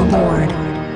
Billboard.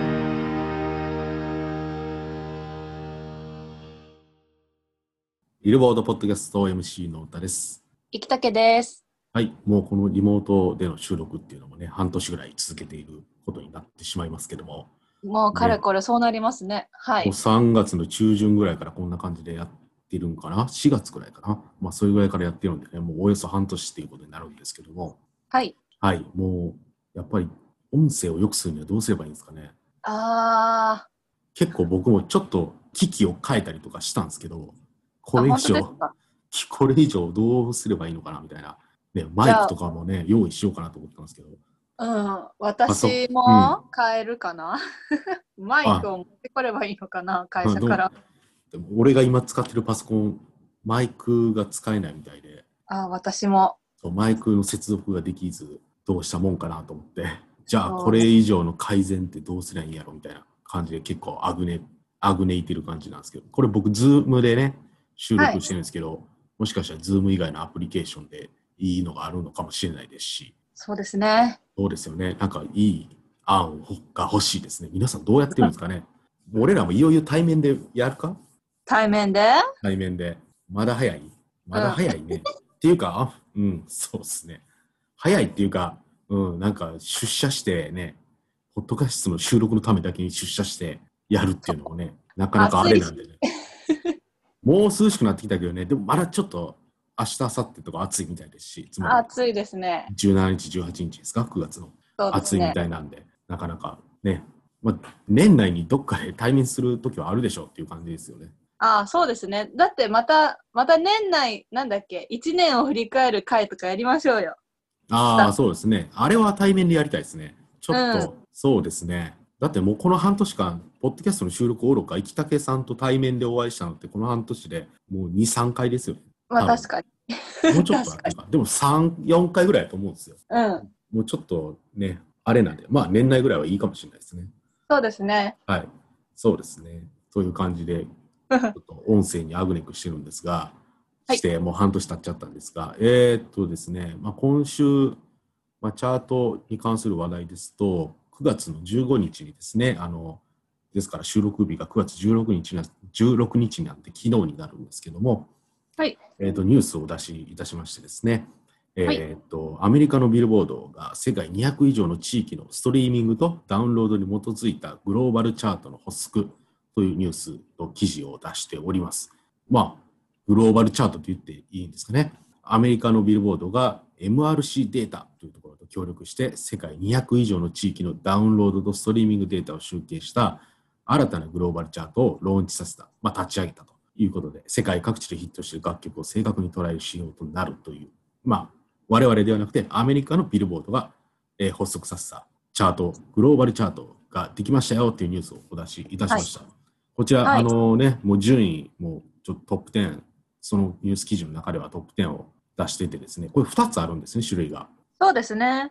ビルボードポッドキャスト MC の歌です。 生竹です。 はい、もうこのリモートでの収録っていうのもね、半年ぐらい続けていることになってしまいますけども、 もうかれこれそうなりますね。はもうい。 3月の中旬ぐらいからこんな感じでやってるんかな、4月ぐらいかな、まあそれぐらいからやってるんでね、もうおよそ半年っていうことになるんですけども、 はい。 はい、もうやっぱり音声を良くするにはどうすればいいんですかね。結構僕もちょっと機器を変えたりとかしたんですけど、これ以本当です上か？ どうすればいいのかなみたいな、ね、マイクとかもね用意しようかなと思ってますけど、 私うん、 も変えるかな。マイクを持ってこればいいのかな、会社から。 でも俺が今使ってるパソコンマイクが使えないみたいで、 私も。 そうマイクの接続ができずどうしたもんかなと思って、じゃあこれ以上の改善ってどうすりゃいいんやろみたいな感じで結構あぐねいてる感じなんですけど、これ僕ズームでね収録してるんですけど、もしかしたらズーム以外のアプリケーションでいいのがあるのかもしれないですし、 そうですね。 そうですよね。なんかいい案が欲しいですね。皆さんどうやってるんですかね。俺らもいよいよ対面でやるか。 対面で。 対面で。まだ早いまだ早いね。っていうか、そうですね。早いっていうか、なんか出社してね、ポッドキャストの収録のためだけに出社してやるっていうのもね、なかなかあれなんでね。もう涼しくなってきたけどね、でもまだちょっと明日、明後日とか暑いみたいですし、つまり暑いですね。 17日、18日ですか、9月の。暑いみそうですね。 たいなんで、なかなかね、年内にどっかで対面するときはあるでしょうっていう感じですよね。 そうですね。だってまた年内、なんだっけ、1年を振り返る回とかやりましょうよ。 そうですね。あれは対面でやりたいですね。ちょっと、そうですね。だってもうこの半年間、ポッドキャストの収録おろか、生竹さんと対面でお会いしたのって、この半年でもう2、3回ですよね。多分。 確かに。 もうちょっとあ確かに。 るか。でも3、4回ぐらいだと思うんですよ。もうちょっとね、あれなんで、まあ年内ぐらいはいいかもしれないですね。 そうですね。 はい。そうですね。という感じで、ちょっと音声にアグネクしてるんですが、してもう半年経っちゃったんですが、ですね、今週、チャートに関する話題ですと、9月の15日にですね、ですから収録日が9月16日になって昨日になるんですけども、 はい。 ニュースをお出しいたしましてですね、 はい。 アメリカのビルボードが世界200以上の地域のストリーミングとダウンロードに基づいたグローバルチャートの発足というニュースと記事を出しております。グローバルチャートと言っていいんですかね。アメリカのビルボードが MRC データというところと協力して世界200以上の地域のダウンロードとストリーミングデータを集計した新たなグローバルチャートをローンチさせた、立ち上げたということで、世界各地でヒットしている楽曲を正確に捉える指標となるという、我々ではなくてアメリカのビルボードが、発足させたチャート、グローバルチャートができましたよというニュースをお出しいたしました。こちら、もう順位、もうちょっとトップ10、そのニュース記事の中ではトップ10を出していてですね、これ2つあるんですね、種類が。 そうですね。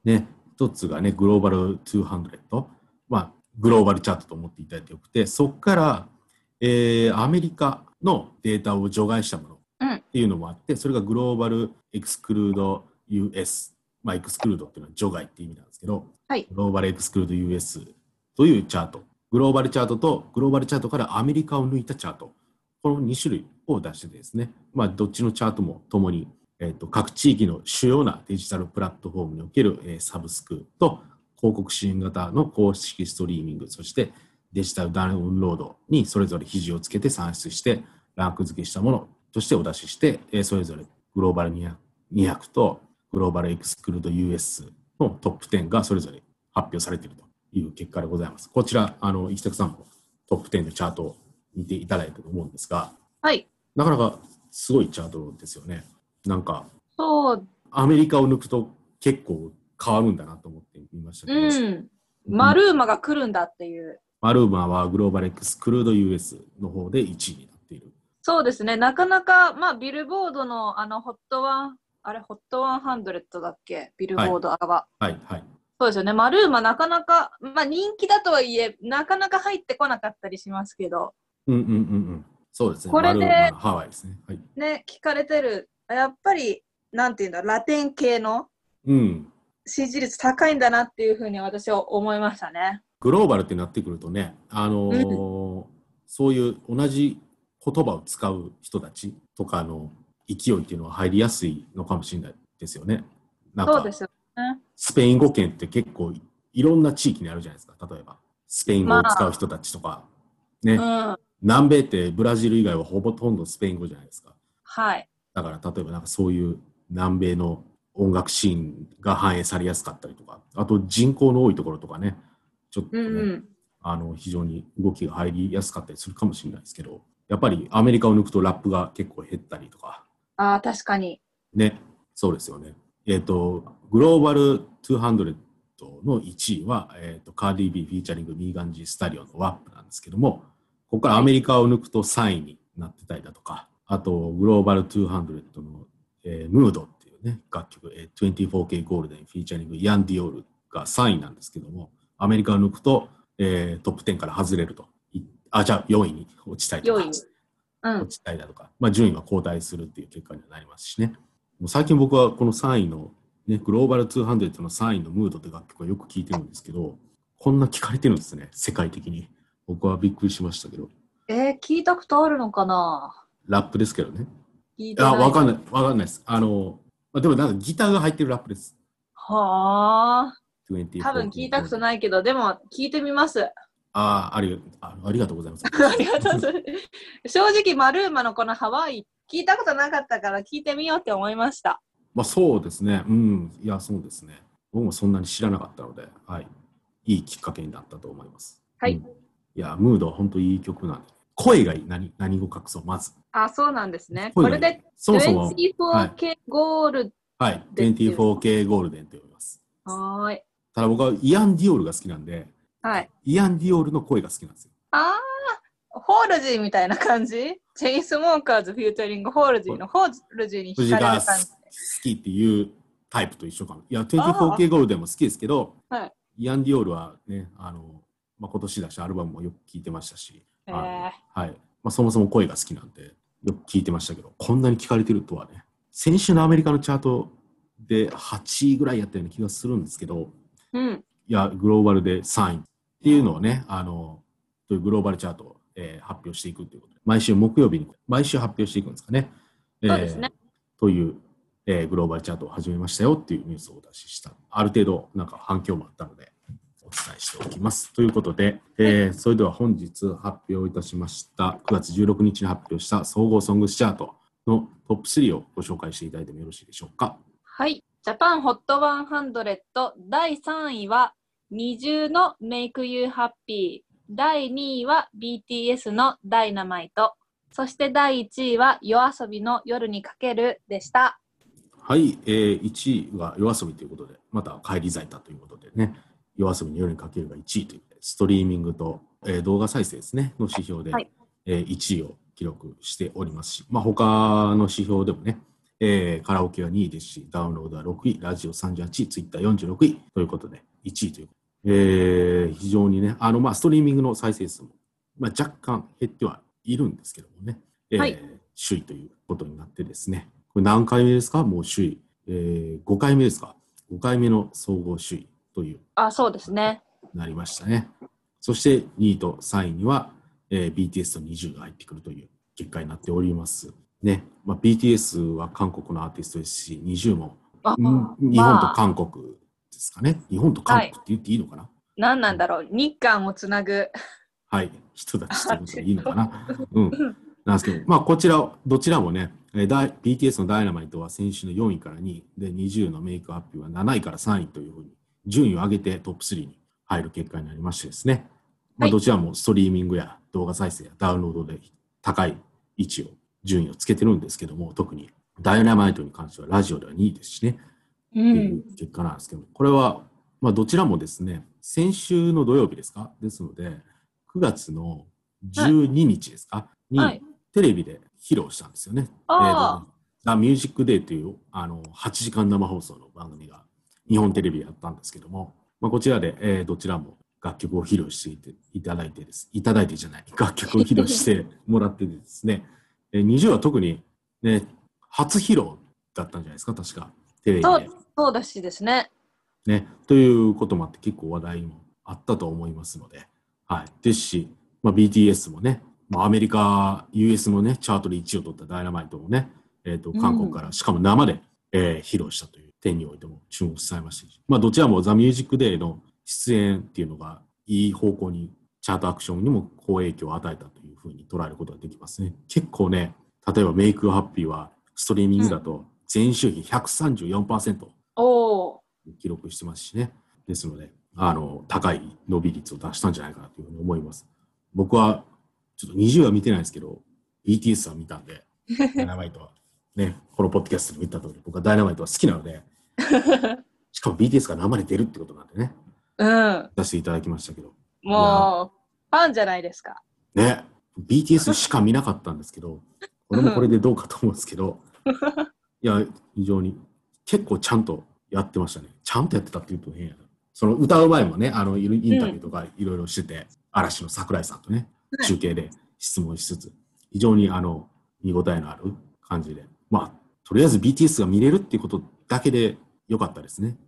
1つがね、グローバル200、グローバルチャートと思っていただいてよくて、そこから、アメリカのデータを除外したものっていうのもあって、それがグローバルエクスクルード US、エクスクルードっていうのは除外っていう意味なんですけど、グローバルエクスクルード US というチャート、グローバルチャートとグローバルチャートからアメリカを抜いたチャート、この2種類を出してですね、どっちのチャートもともに、各地域の主要なデジタルプラットフォームにおける、サブスクと広告支援型の公式ストリーミング、そしてデジタルダウンロードにそれぞれ肘をつけて算出してランク付けしたものとしてお出しして、それぞれグローバル200とグローバルエクスクルード US のトップ10がそれぞれ発表されているという結果でございます。こちら、石崎さんもトップ10のチャートを見ていただいたと思うんですが、なかなかすごいチャートですよね。なんか、アメリカを抜くと結構変わるんだなと思ってみましたけど、 マルーマが来るんだっていう。 マルーマはグローバルエクスクルード US の方で1位になっている。 そうですね。なかなか、ビルボードのホット100だっけ、ビルボードは。そうですよね。マルーマなかなか、人気だとはいえ、なかなか入ってこなかったりしますけど。 そうですね。 これで、 マルーマハワイですね。 聞かれてる、やっぱり、なんていうんだ、ラテン系の支持率高いんだなっていうふうに私は思いましたね。 グローバルってなってくるとね、そういう同じ言葉を使う人たちとかの勢いっていうのは入りやすいのかもしれないですよね。なんかそうですよね。 スペイン語圏って結構いろんな地域にあるじゃないですか。例えばスペイン語を使う人たちとか、ね、南米ってブラジル以外はほとんどスペイン語じゃないですか。 はい。 だから例えばなんかそういう南米の音楽シーンが反映されやすかったりとか、あと人口の多いところとかね、ちょっとね、非常に動きが入りやすかったりするかもしれないですけど、やっぱりアメリカを抜くとラップが結構減ったりとか。 ああ、確かに。 ね、そうですよね。グローバル200の1位は、カーディビーフィーチャリングミーガンジースタリオンのワップなんですけども、ここからアメリカを抜くと3位になってたりだとか、あとグローバル200の、ムードっていうね、楽曲、24K ゴールデンフィーチャリングヤン・ディオールが3位なんですけども、アメリカを抜くと、トップ10から外れると。じゃあ4位に落ちたりとか。落ちたりだとか、順位が後退するっていう結果にはなりますしね。もう最近僕はこの3位の、ね、グローバル200の3位のムードって楽曲はよく聴いてるんですけど、こんな聞かれてるんですね、世界的に。僕はびっくりしましたけど。 聞いたことあるのかな？ ラップですけどね。 聞いてない。 わかんないです。でもなんかギターが入ってるラップです。 はあ。多分聞いたことないけど、でも聞いてみます。 ありがとうございます。 ありがとうございます。正直、マルーマのこのハワイ、聞いたことなかったから聞いてみようって思いました。 そうですね。いや、そうですね。僕もそんなに知らなかったので、はい。いいきっかけになったと思います。 はい。 いや、ムードは本当にいい曲なんで。声がいい。何語隠そう、まず。 そうなんですね。これで 24K ゴールデン。 はい。24K ゴールデンと呼びます。 はい。 ただ僕はイアン・ディオールが好きなんで、 はい。 イアン・ディオールの声が好きなんですよ。 ホールジーみたいな感じ？チェインスモーカーズフューチャリングホールジーのホールジーに惹かれる感じ。 好きっていうタイプと一緒かも。いや、24K ゴールデンも好きですけど、 はい、 イアン・ディオールはね、今年出したアルバムもよく聴いてましたし、はい。そもそも声が好きなんで、よく聴いてましたけど、こんなに聴かれてるとはね、先週のアメリカのチャートで8位ぐらいやったような気がするんですけど、いや、グローバルで3位っていうのをね、グローバルチャートを、発表していくということで、毎週木曜日に、毎週発表していくんですかね。 そうですね。 という、グローバルチャートを始めましたよっていうニュースをお出しした。ある程度、なんか反響もあったので、お伝えしておきます。ということで、それでは本日発表いたしました9月16日に発表した総合ソングスチャートのトップ3をご紹介していただいてもよろしいでしょうか。 はい。ジャパンホット100第3位はNiziUの Make You Happy。第2位は BTS のダイナマイト。そして第1位はYOASOBIの夜にかけるでした。 はい、1位はYOASOBIということで、また返り咲いたということでね、YOASOBIの夜にかけるが1位ということで、ストリーミングと、動画再生ですね、の指標で、1位を記録しておりますし、他の指標でもね、カラオケは2位ですし、ダウンロードは6位、ラジオ38位、ツイッター46位ということで、1位ということで、非常にね、ストリーミングの再生数も、若干減ってはいるんですけどもね、首位ということになってですね、これ何回目ですか？もう首位、5回目ですか？5回目の総合首位という。 そうですね。 なりましたね。そして2位と3位には、BTS とNiziUが入ってくるという結果になっております。ね。BTS は韓国のアーティストですし、NiziUも日本と韓国ですかね。日本と韓国って言っていいのかな？ 何なんだろう。日韓をつなぐ。 はい。人たちということでいいのかな。なんですけど、こちら、どちらもね、BTS のダイナマイトは先週の4位から2位、で、NiziUのメイクアップは7位から3位というふうに、順位を上げてトップ3に入る結果になりましてですね。どちらもストリーミングや動画再生やダウンロードで高い位置を、順位をつけてるんですけども、特にダイナマイトに関してはラジオでは2位ですしね、っていう結果なんですけど、これは、どちらもですね、先週の土曜日ですか？ですので、9月の12日ですか？に、テレビで披露したんですよね。ザ・ミュージックデーという8時間生放送の番組が日本テレビでやったんですけども、こちらで、どちらも楽曲を披露していただいて楽曲を披露してもらってですね、NiziUは特に、ね、初披露だったんじゃないですか、確か。テレビで。 そうだしですね。 ね。ということもあって結構話題もあったと思いますので、はい。ですし、BTS もね、アメリカ、US のね、チャートで1位を取ったダイナマイトをね、韓国から、しかも生で、披露したという点においても注目されましたし、どちらもザ・ミュージックデーの出演っていうのがいい方向にチャートアクションにも好影響を与えたというふうに捉えることができますね。結構ね、例えばメイクハッピーはストリーミングだと前週比 134% 記録してますしね。ですので、高い伸び率を出したんじゃないかなというふうに思います。僕はちょっと20は見てないですけど、BTS は見たんで、ダイナマイトはね、このポッドキャストでも言った通り、僕はダイナマイトは好きなので、しかも BTS が生で出るってことなんでね、出していただきましたけど。 もう、ファンじゃないですか。 ね、BTS しか見なかったんですけど、これもこれでどうかと思うんですけど、いや、非常に、結構ちゃんとやってましたね。ちゃんとやってたっていうと変やな。その歌う前もね、インタビューとかいろいろしてて、嵐の桜井さんとね、中継で質問しつつ、非常に見応えのある感じで、とりあえず BTS が見れるっていうことだけでよかったですね。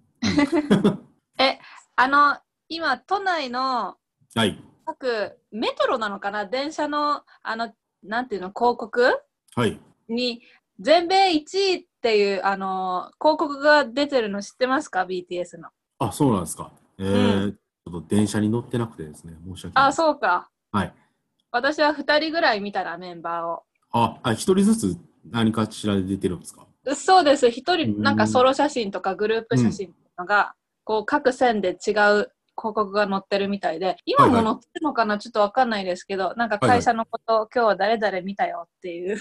今、都内の、 はい。 各メトロなのかな、電車の、なんていうの、広告に、全米1位っていう、広告が出てるの知ってますか？ BTS の。 あ、そうなんですか。ちょっと電車に乗ってなくてですね、申し訳ない。 あ、そうか。 はい。 私は2人ぐらい見たら、メンバーを。 1人ずつ何かしらで出てるんですか？ そうです。1人、なんかソロ写真とかグループ写真とかが、こう各線で違う広告が載ってるみたいで、今も載ってるのかな、ちょっとわかんないですけど、なんか会社のこと、今日は誰々見たよっていう、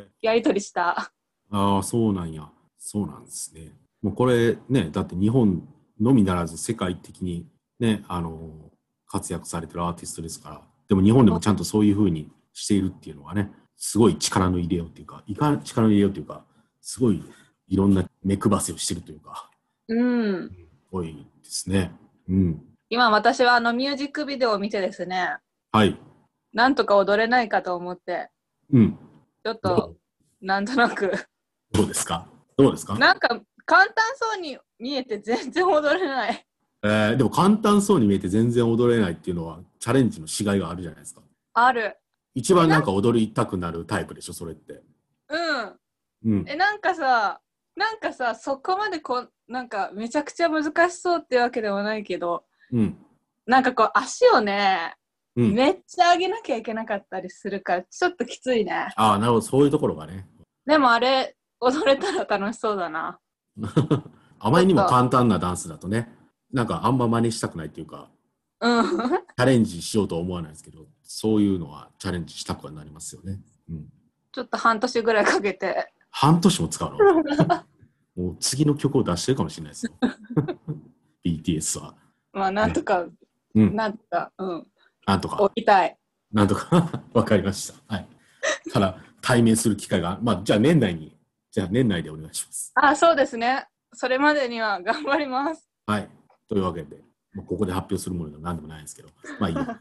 やりとりした。 ああ、そうなんや。そうなんですね。もうこれね、だって日本のみならず世界的にね、活躍されてるアーティストですから、でも日本でもちゃんとそういう風にしているっていうのはね、すごい力の入れようっていうか、力の入れようっていうか、すごいいろんな目配せをしてるというか、多いですね。 今私はミュージックビデオを見てですね、 はい。 なんとか踊れないかと思って、ちょっとなんとなくどうですか？ なんか簡単そうに見えて全然踊れない。 でも簡単そうに見えて全然踊れないっていうのはチャレンジのしがいがあるじゃないですか。 ある。 一番なんか踊りたくなるタイプでしょ、それって。 なんかさ、そこまでなんかめちゃくちゃ難しそうってわけではないけど、なんかこう足をね、めっちゃ上げなきゃいけなかったりするからちょっときついね。 ああ、なるほど、そういうところがね。 でもあれ踊れたら楽しそうだな。 あまりにも簡単なダンスだとね、なんかあんま真似したくないっていうか、チャレンジしようとは思わないですけど、そういうのはチャレンジしたくはなりますよね。 ちょっと半年ぐらいかけて。 半年も使うの？もう次の曲を出してるかもしれないですよ。BTS は。 なんとか、なんとか、 なんとか。 置きたい。 なんとか、わかりました。はい。ただ、対面する機会が、じゃあ年内でお願いします。 あ、そうですね。それまでには頑張ります。 はい。というわけで、ここで発表するものでは何でもないんですけど、いいや。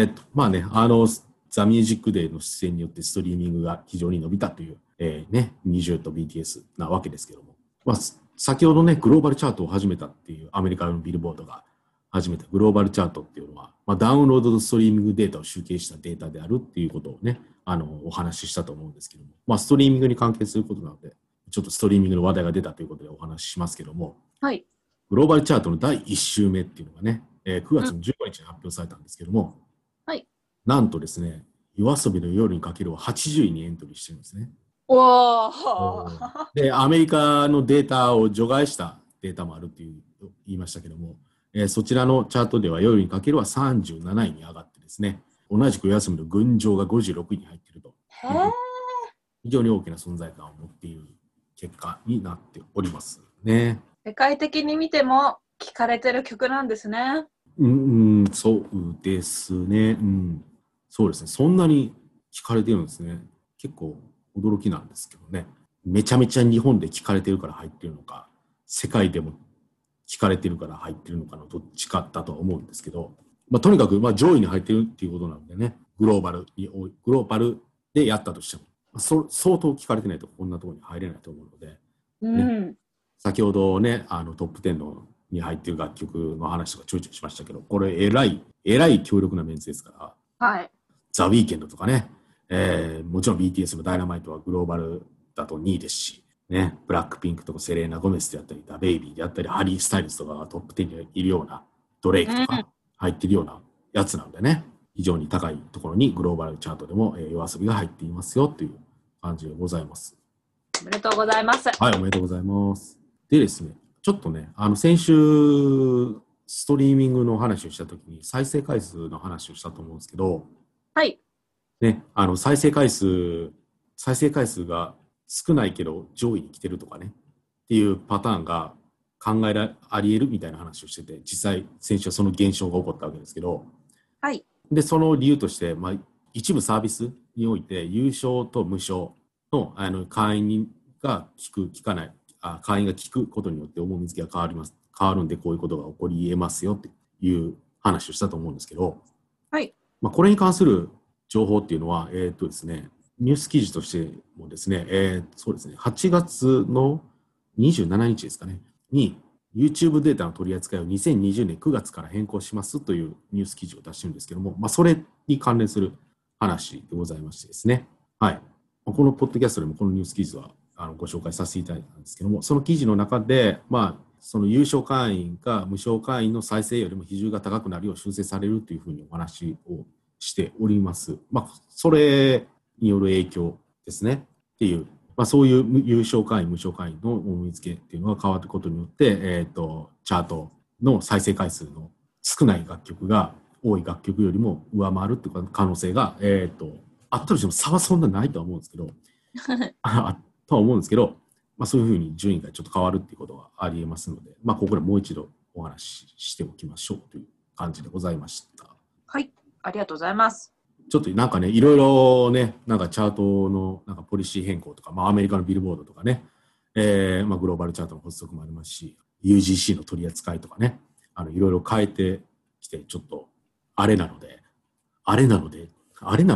ザ・ミュージックデーの出演によってストリーミングが非常に伸びたという、20と BTS なわけですけども、先ほどね、グローバルチャートを始めたっていうアメリカのビルボードが始めたグローバルチャートっていうのは、ダウンロードとストリーミングデータを集計したデータであるっていうことをね、お話ししたと思うんですけども、ストリーミングに関係することなので、ちょっとストリーミングの話題が出たということでお話ししますけども、 はい。 グローバルチャートの第1週目っていうのがね、9月の15日に発表されたんですけども、 はい。 なんとですね、YOASOBIの夜にかけるは80位にエントリーしてるんですね。で、アメリカのデータを除外したデータもあるって言いましたけども、そちらのチャートでは夜にかけるは37位に上がってですね、同じくYOASOBIの群青が56位に入っていると。非常に大きな存在感を持っている結果になっておりますね。 世界的に見ても聴かれてる曲なんですね。 そうですね。そうですね。そんなに聴かれてるんですね。結構驚きなんですけどね。めちゃめちゃ日本で聴かれてるから入ってるのか、世界でも聴かれてるから入ってるのかのどっちかだとは思うんですけど、とにかく上位に入ってるっていうことなのでね、グローバルでやったとしても、相当聞かれてないとこんなところに入れないと思うので、先ほどね、トップ10のに入ってる楽曲の話とかちょいちょいしましたけど、これえらい強力なメンツですから、 はい、 ザ・ウィーケンドとかね、もちろん BTS のダイナマイトはグローバルだと2位ですし、ね、ブラックピンクとかセレーナ・ゴメスであったり、ダ・ベイビーであったり、ハリー・スタイルズとかがトップ10にいるような、ドレイクとか入ってるようなやつなんでね、非常に高いところにグローバルチャートでもYOASOBIが入っていますよという感じでございます。 おめでとうございます。 はい、おめでとうございます。でですね、ちょっとね、先週ストリーミングの話をしたときに再生回数の話をしたと思うんですけど、 はい。 ね、再生回数が少ないけど上位に来てるとかねっていうパターンがあり得るみたいな話をしてて、実際先週はその現象が起こったわけですけど、 はい。 でその理由として、一部サービスにおいて有償と無償の会員が聞かない会員が聞くことによって重み付けが変わるんで、こういうことが起こり得ますよっていう話をしたと思うんですけど、 はい。 これに関する情報っていうのは、ですね、ニュース記事としてもですね、そうですね、8月の27日ですかね、に YouTube データの取り扱いを2020年9月から変更しますというニュース記事を出してるんですけども、それに関連する話でございましてですね、はい。このポッドキャストでもこのニュース記事はご紹介させていただいたんですけども、その記事の中で、その有償会員か無償会員の再生よりも比重が高くなるよう修正されるというふうにお話をしております。それによる影響ですねっていう、そういう有償会員無償会員の重み付けっていうのが変わることによって、チャートの再生回数の少ない楽曲が多い楽曲よりも上回るっていう可能性が、あったとしても差はそんなないとは思うんですけどとは思うんですけど、そういうふうに順位がちょっと変わるっていうことがありえますので、ここでもう一度お話ししておきましょうという感じでございました。 はい、ありがとうございます。 ちょっとなんかね、いろいろね、なんかチャートのなんかポリシー変更とか、アメリカのビルボードとかね、グローバルチャートの発足もありますし、UGC の取り扱いとかね、いろいろ変えてきて、ちょっとあれなのであれなのであれ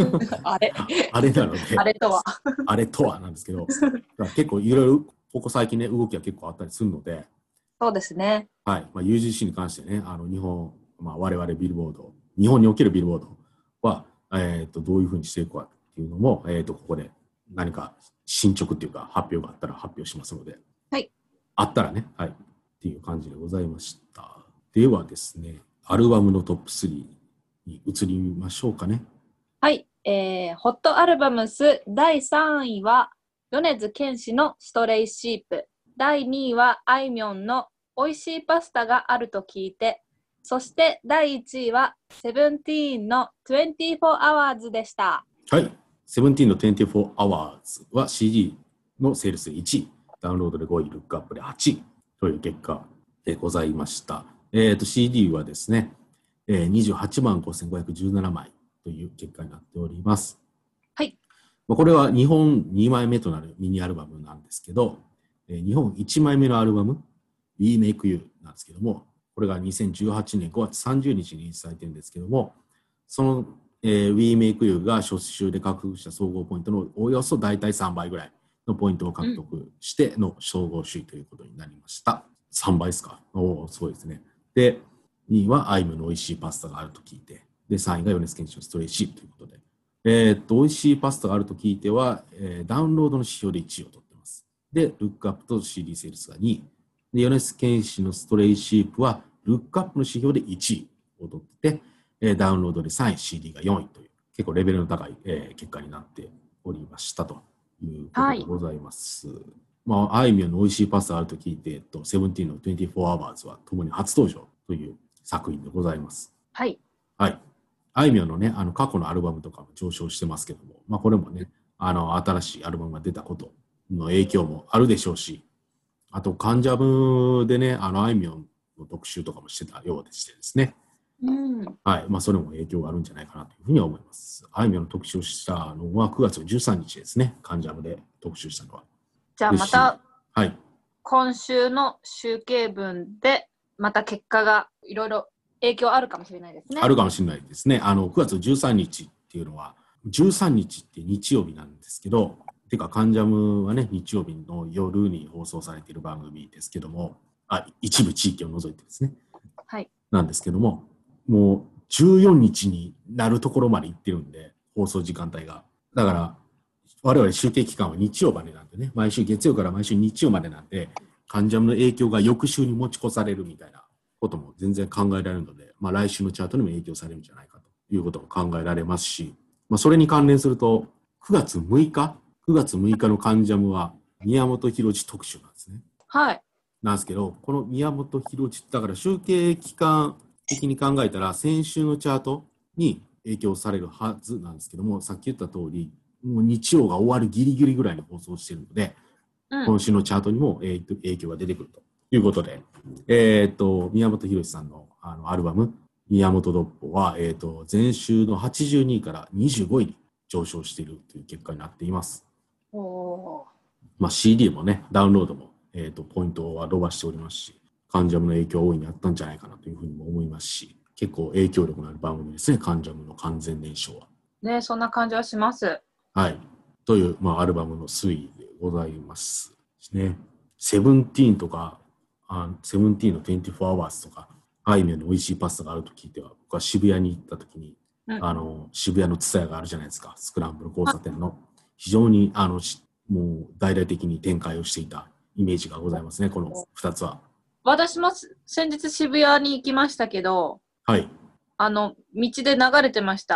とはなんですけど、結構いろいろここ最近ね、動きが結構あったりするので、 そうですね。 はい。UGC に関してね、日本、我々ビルボード、日本におけるビルボードは、どういうふうにしていくかっていうのも、ここで何か進捗っていうか発表があったら発表しますので、 はい。 あったらね、はい。っていう感じでございました。ではですね、アルバムのトップ3に移りましょうかね。 はい。ホットアルバムス第3位は、米津玄師のストレイシープ。第2位は、あいみょんの美味しいパスタがあると聞いて、そして第1位は、セブンティーンの24 hours でした。 はい。セブンティーンの24 hours は CD のセールスで1位、ダウンロードで5位、ルックアップで8位という結果でございました。CD はですね、28万5517枚という結果になっております。 はい。 これは日本2枚目となるミニアルバムなんですけど、日本1枚目のアルバム、We Make You なんですけども、これが2018年5月30日にリリースされているんですけども、その、We Make You が初週で獲得した総合ポイントのおよそ大体3倍ぐらいのポイントを獲得しての総合首位ということになりました。3倍ですか。そうですね。で、2位はアイムの美味しいパスタがあると聞いて、で、3位が米津玄師のストレイシープということで、美味しいパスタがあると聞いては、ダウンロードの指標で1位を取ってます。で、ルックアップと CD セールスが2位。で、米津玄師のストレイシープは、ルックアップの指標で1位を取ってて、ダウンロードで3位、CD が4位という、結構レベルの高い、結果になっておりましたということでございます。はい、あいみょんの美味しいパスタがあると聞いて、セブンティーンの24 hours は共に初登場という作品でございます。 はい。 はい。あいみょんのね、過去のアルバムとかも上昇してますけども、これもね、新しいアルバムが出たことの影響もあるでしょうし、あと、カンジャムでね、あいみょんの特集とかもしてたようでしてですね。はい。それも影響があるんじゃないかなというふうには思います。あいみょんの特集をしたのは9月13日ですね。カンジャムで特集したのは。 じゃあまた、 はい。 今週の集計分で、また結果がいろいろ影響あるかもしれないですね。 あるかもしれないですね。9月13日っていうのは、13日って日曜日なんですけど、てか、カンジャムはね、日曜日の夜に放送されている番組ですけども、 一部地域を除いてですね。 はい。 なんですけども、もう14日になるところまで行ってるんで、放送時間帯が。だから、我々集計期間は日曜までなんでね、毎週月曜から毎週日曜までなんで、カンジャムの影響が翌週に持ち越されるみたいなことも全然考えられるので、来週のチャートにも影響されるんじゃないかということも考えられますし、それに関連すると、9月6日のカンジャムは宮本浩次特集なんですね。 はい。 なんですけど、この宮本浩次、だから集計期間的に考えたら、先週のチャートに影響されるはずなんですけども、さっき言った通り、もう日曜が終わるギリギリぐらいに放送しているので、今週のチャートにも影響が出てくるということで、宮本浩次さんのアルバム、宮本ドッポは、前週の82位から25位に上昇しているという結果になっています。CD もね、ダウンロードも、ポイントは伸ばしておりますし、カンジャムの影響は大いにあったんじゃないかなというふうにも思いますし、結構影響力のある番組ですね、カンジャムの完全燃焼は。 ね、そんな感じはします。 はい。という、アルバムの推移でございますね。セブンティーンとか、セブンティーンの24 hours とか、あいみょんの美味しいパスタがあると聞いては、僕は渋谷に行った時に、渋谷のツタヤがあるじゃないですか、スクランブル交差点の。非常に、もう大々的に展開をしていたイメージがございますね、この2つは。 私も先日渋谷に行きましたけど、 はい。 道で流れてました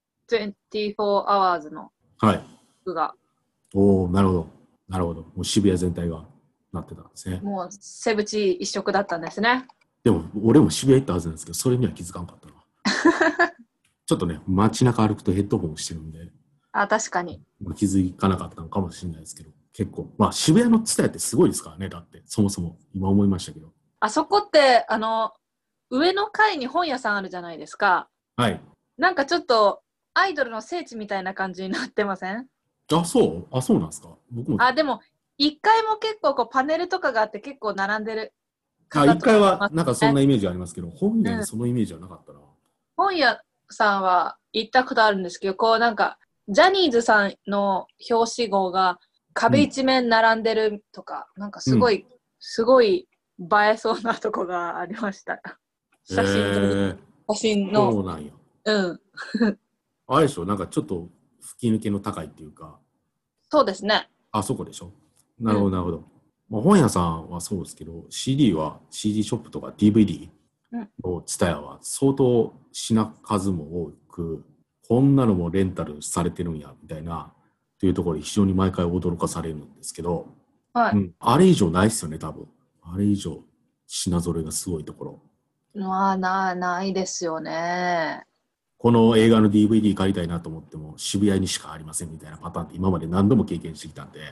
。24 hours の曲が。 おー、なるほど。なるほど。もう渋谷全体がなってたんですね。 もう、セブチ一色だったんですね。 でも、俺も渋谷行ったはずなんですけど、それには気づかなかったな。ちょっとね、街中歩くとヘッドホンをしてるんで。 確かに。 気づかなかったのかもしれないですけど、結構。渋谷のツタヤってすごいですからね、だって、そもそも。今思いましたけど。 あそこって、上の階に本屋さんあるじゃないですか。 はい。 なんかちょっと、アイドルの聖地みたいな感じになってません？ そうなんですか。僕も。 でも、1階も結構こうパネルとかがあって結構並んでる。 1階はなんかそんなイメージありますけど、本屋にそのイメージはなかったな。 本屋さんは行ったことあるんですけど、こうなんか、ジャニーズさんの表紙号が壁一面並んでるとか、なんかすごい映えそうなとこがありました。写真の。 そうなんや。あれでしょ、なんかちょっと吹き抜けの高いっていうか。 そうですね。 そこでしょ。なるほど、なるほど。本屋さんはそうですけど、CD ショップとか DVD のツタヤは相当品数も多く、こんなのもレンタルされてるんや、みたいな、というところで非常に毎回驚かされるんですけど、あれ以上ないっすよね、多分。あれ以上品揃えがすごいところ。 ないですよね。 この映画の DVD 借りたいなと思っても渋谷にしかありませんみたいなパターンって今まで何度も経験してきたんで、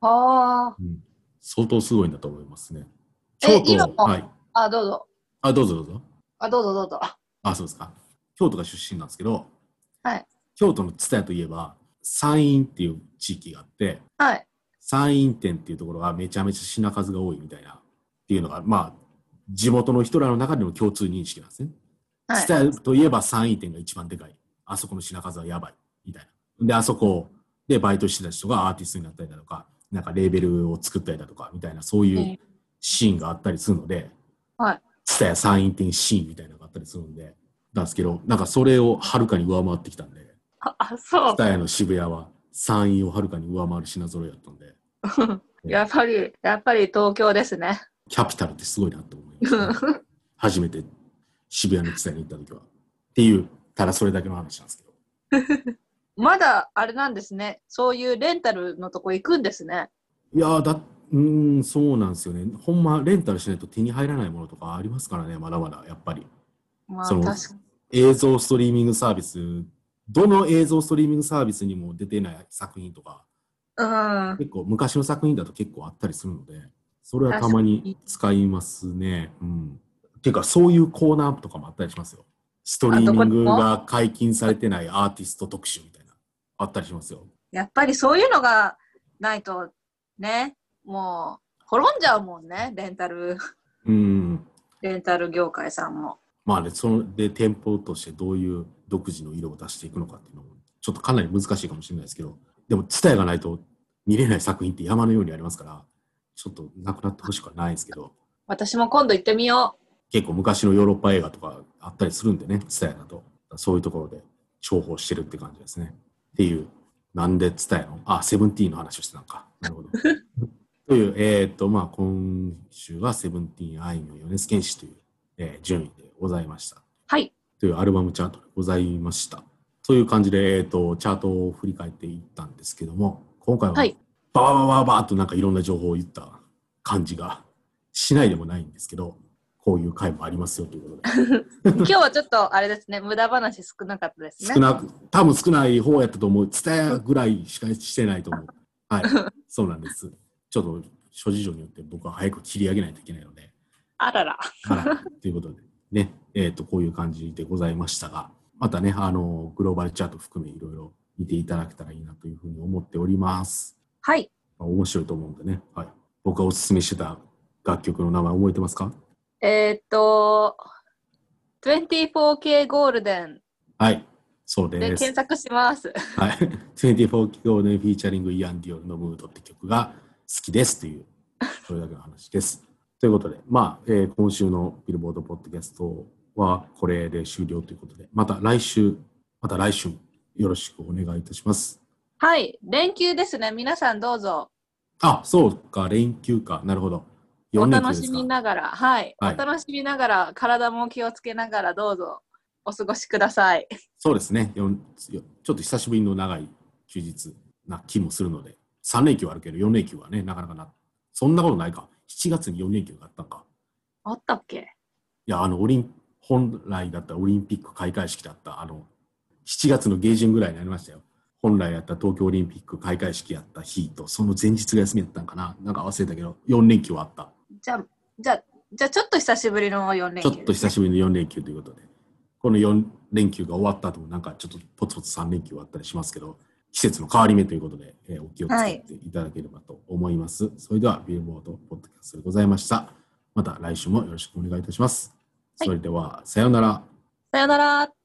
相当すごいんだと思いますね。京都、はい。 どうぞ。 どうぞどうぞ。 どうぞ。 そうですか。京都が出身なんですけど、 はい。 京都の蔦屋といえば、山陰っていう地域があって、 はい。 山陰店っていうところがめちゃめちゃ品数が多いみたいなっていうのが、地元の人らの中での共通認識なんですね。蔦屋といえば山陰店が一番でかい。あそこの品数はやばい。みたいな。で、あそこでバイトしてた人がアーティストになったりだとか、なんかレーベルを作ったりだとか、みたいな、そういうシーンがあったりするので、蔦屋山陰店シーンみたいなのがあったりするんで、なんですけど、なんかそれをはるかに上回ってきたんで、蔦屋の渋谷は山陰をはるかに上回る品揃えだったんで。 やっぱり東京ですね。 キャピタルってすごいなと思います、ね。初めて渋谷の蔦屋に行った時は。っていう、ただそれだけの話なんですけど。まだあれなんですね。そういうレンタルのとこ行くんですね。 いやそうなんですよね。ほんまレンタルしないと手に入らないものとかありますからね、まだまだやっぱり。確かに。映像ストリーミングサービス、どの映像ストリーミングサービスにも出てない作品とか、結構昔の作品だと結構あったりするので、それはたまに使いますね。ていうかそういうコーナーとかもあったりしますよ。ストリーミングが解禁されてないアーティスト特集みたいなあったりしますよ。 やっぱりそういうのがないとね、もう滅んじゃうもんね、レンタル業界さんも。 そので店舗としてどういう独自の色を出していくのかっていうのもちょっとかなり難しいかもしれないですけど、でもツタヤがないと見れない作品って山のようにありますから、ちょっとなくなってほしくはないですけど、 私も今度行ってみよう。 結構昔のヨーロッパ映画とかあったりするんでね、ツタヤだと。そういうところで重宝してるって感じですね。っていう、なんでツタヤの、セブンティーンの話をしてたのか。なるほど。という、今週はセブンティーンあいみょん米津玄師という、順位でございました。 はい。 というアルバムチャートでございました。そういう感じで、チャートを振り返っていったんですけども、今回は、バババババーっとなんかいろんな情報を言った感じがしないでもないんですけど、こういう回もありますよということで。 今日はちょっとあれですね、無駄話少なかったですね。 多分少ない方やったと思う。ツタヤぐらいしかしてないと思う。はい、そうなんです。ちょっと諸事情によって僕は早く切り上げないといけないので。 あらら。 ということでね、こういう感じでございましたが、またね、グローバルチャート含めいろいろ見ていただけたらいいなというふうに思っております。 はい。 面白いと思うんでね。はい。僕がおすすめしてた楽曲の名前覚えてますか ？24K ゴールデン。 はい。そうです。 で検索します。 はい。24K ゴールデンフィーチャリングイアン・ディオルのムードって曲が好きですという、それだけの話です。ということで、今週のビルボードポッドキャストはこれで終了ということで、また来週よろしくお願いいたします。 はい。連休ですね。皆さんどうぞ。 そうか、連休か。なるほど。 お楽しみながら、はい。お楽しみながら、体も気をつけながらどうぞお過ごしください。 そうですね。ちょっと久しぶりの長い休日な気もするので、3連休あるけど4連休はね、なかなかそんなことないか。7月に4連休があったんか。 あったっけ？ いや、本来だったらオリンピック開会式だった、7月の下旬ぐらいになりましたよ。本来やった東京オリンピック開会式やった日と、その前日が休みやったんかな。なんか忘れたけど、4連休はあった。 じゃあちょっと久しぶりの4連休、ね。 ちょっと久しぶりの4連休ということで。この4連休が終わった後もなんかちょっとポツポツ3連休あったりしますけど、季節の変わり目ということで、お気をつけていただければと思います。それではビルボードポッドキャストでございました。また来週もよろしくお願いいたします。それでは、さようなら。 さようなら。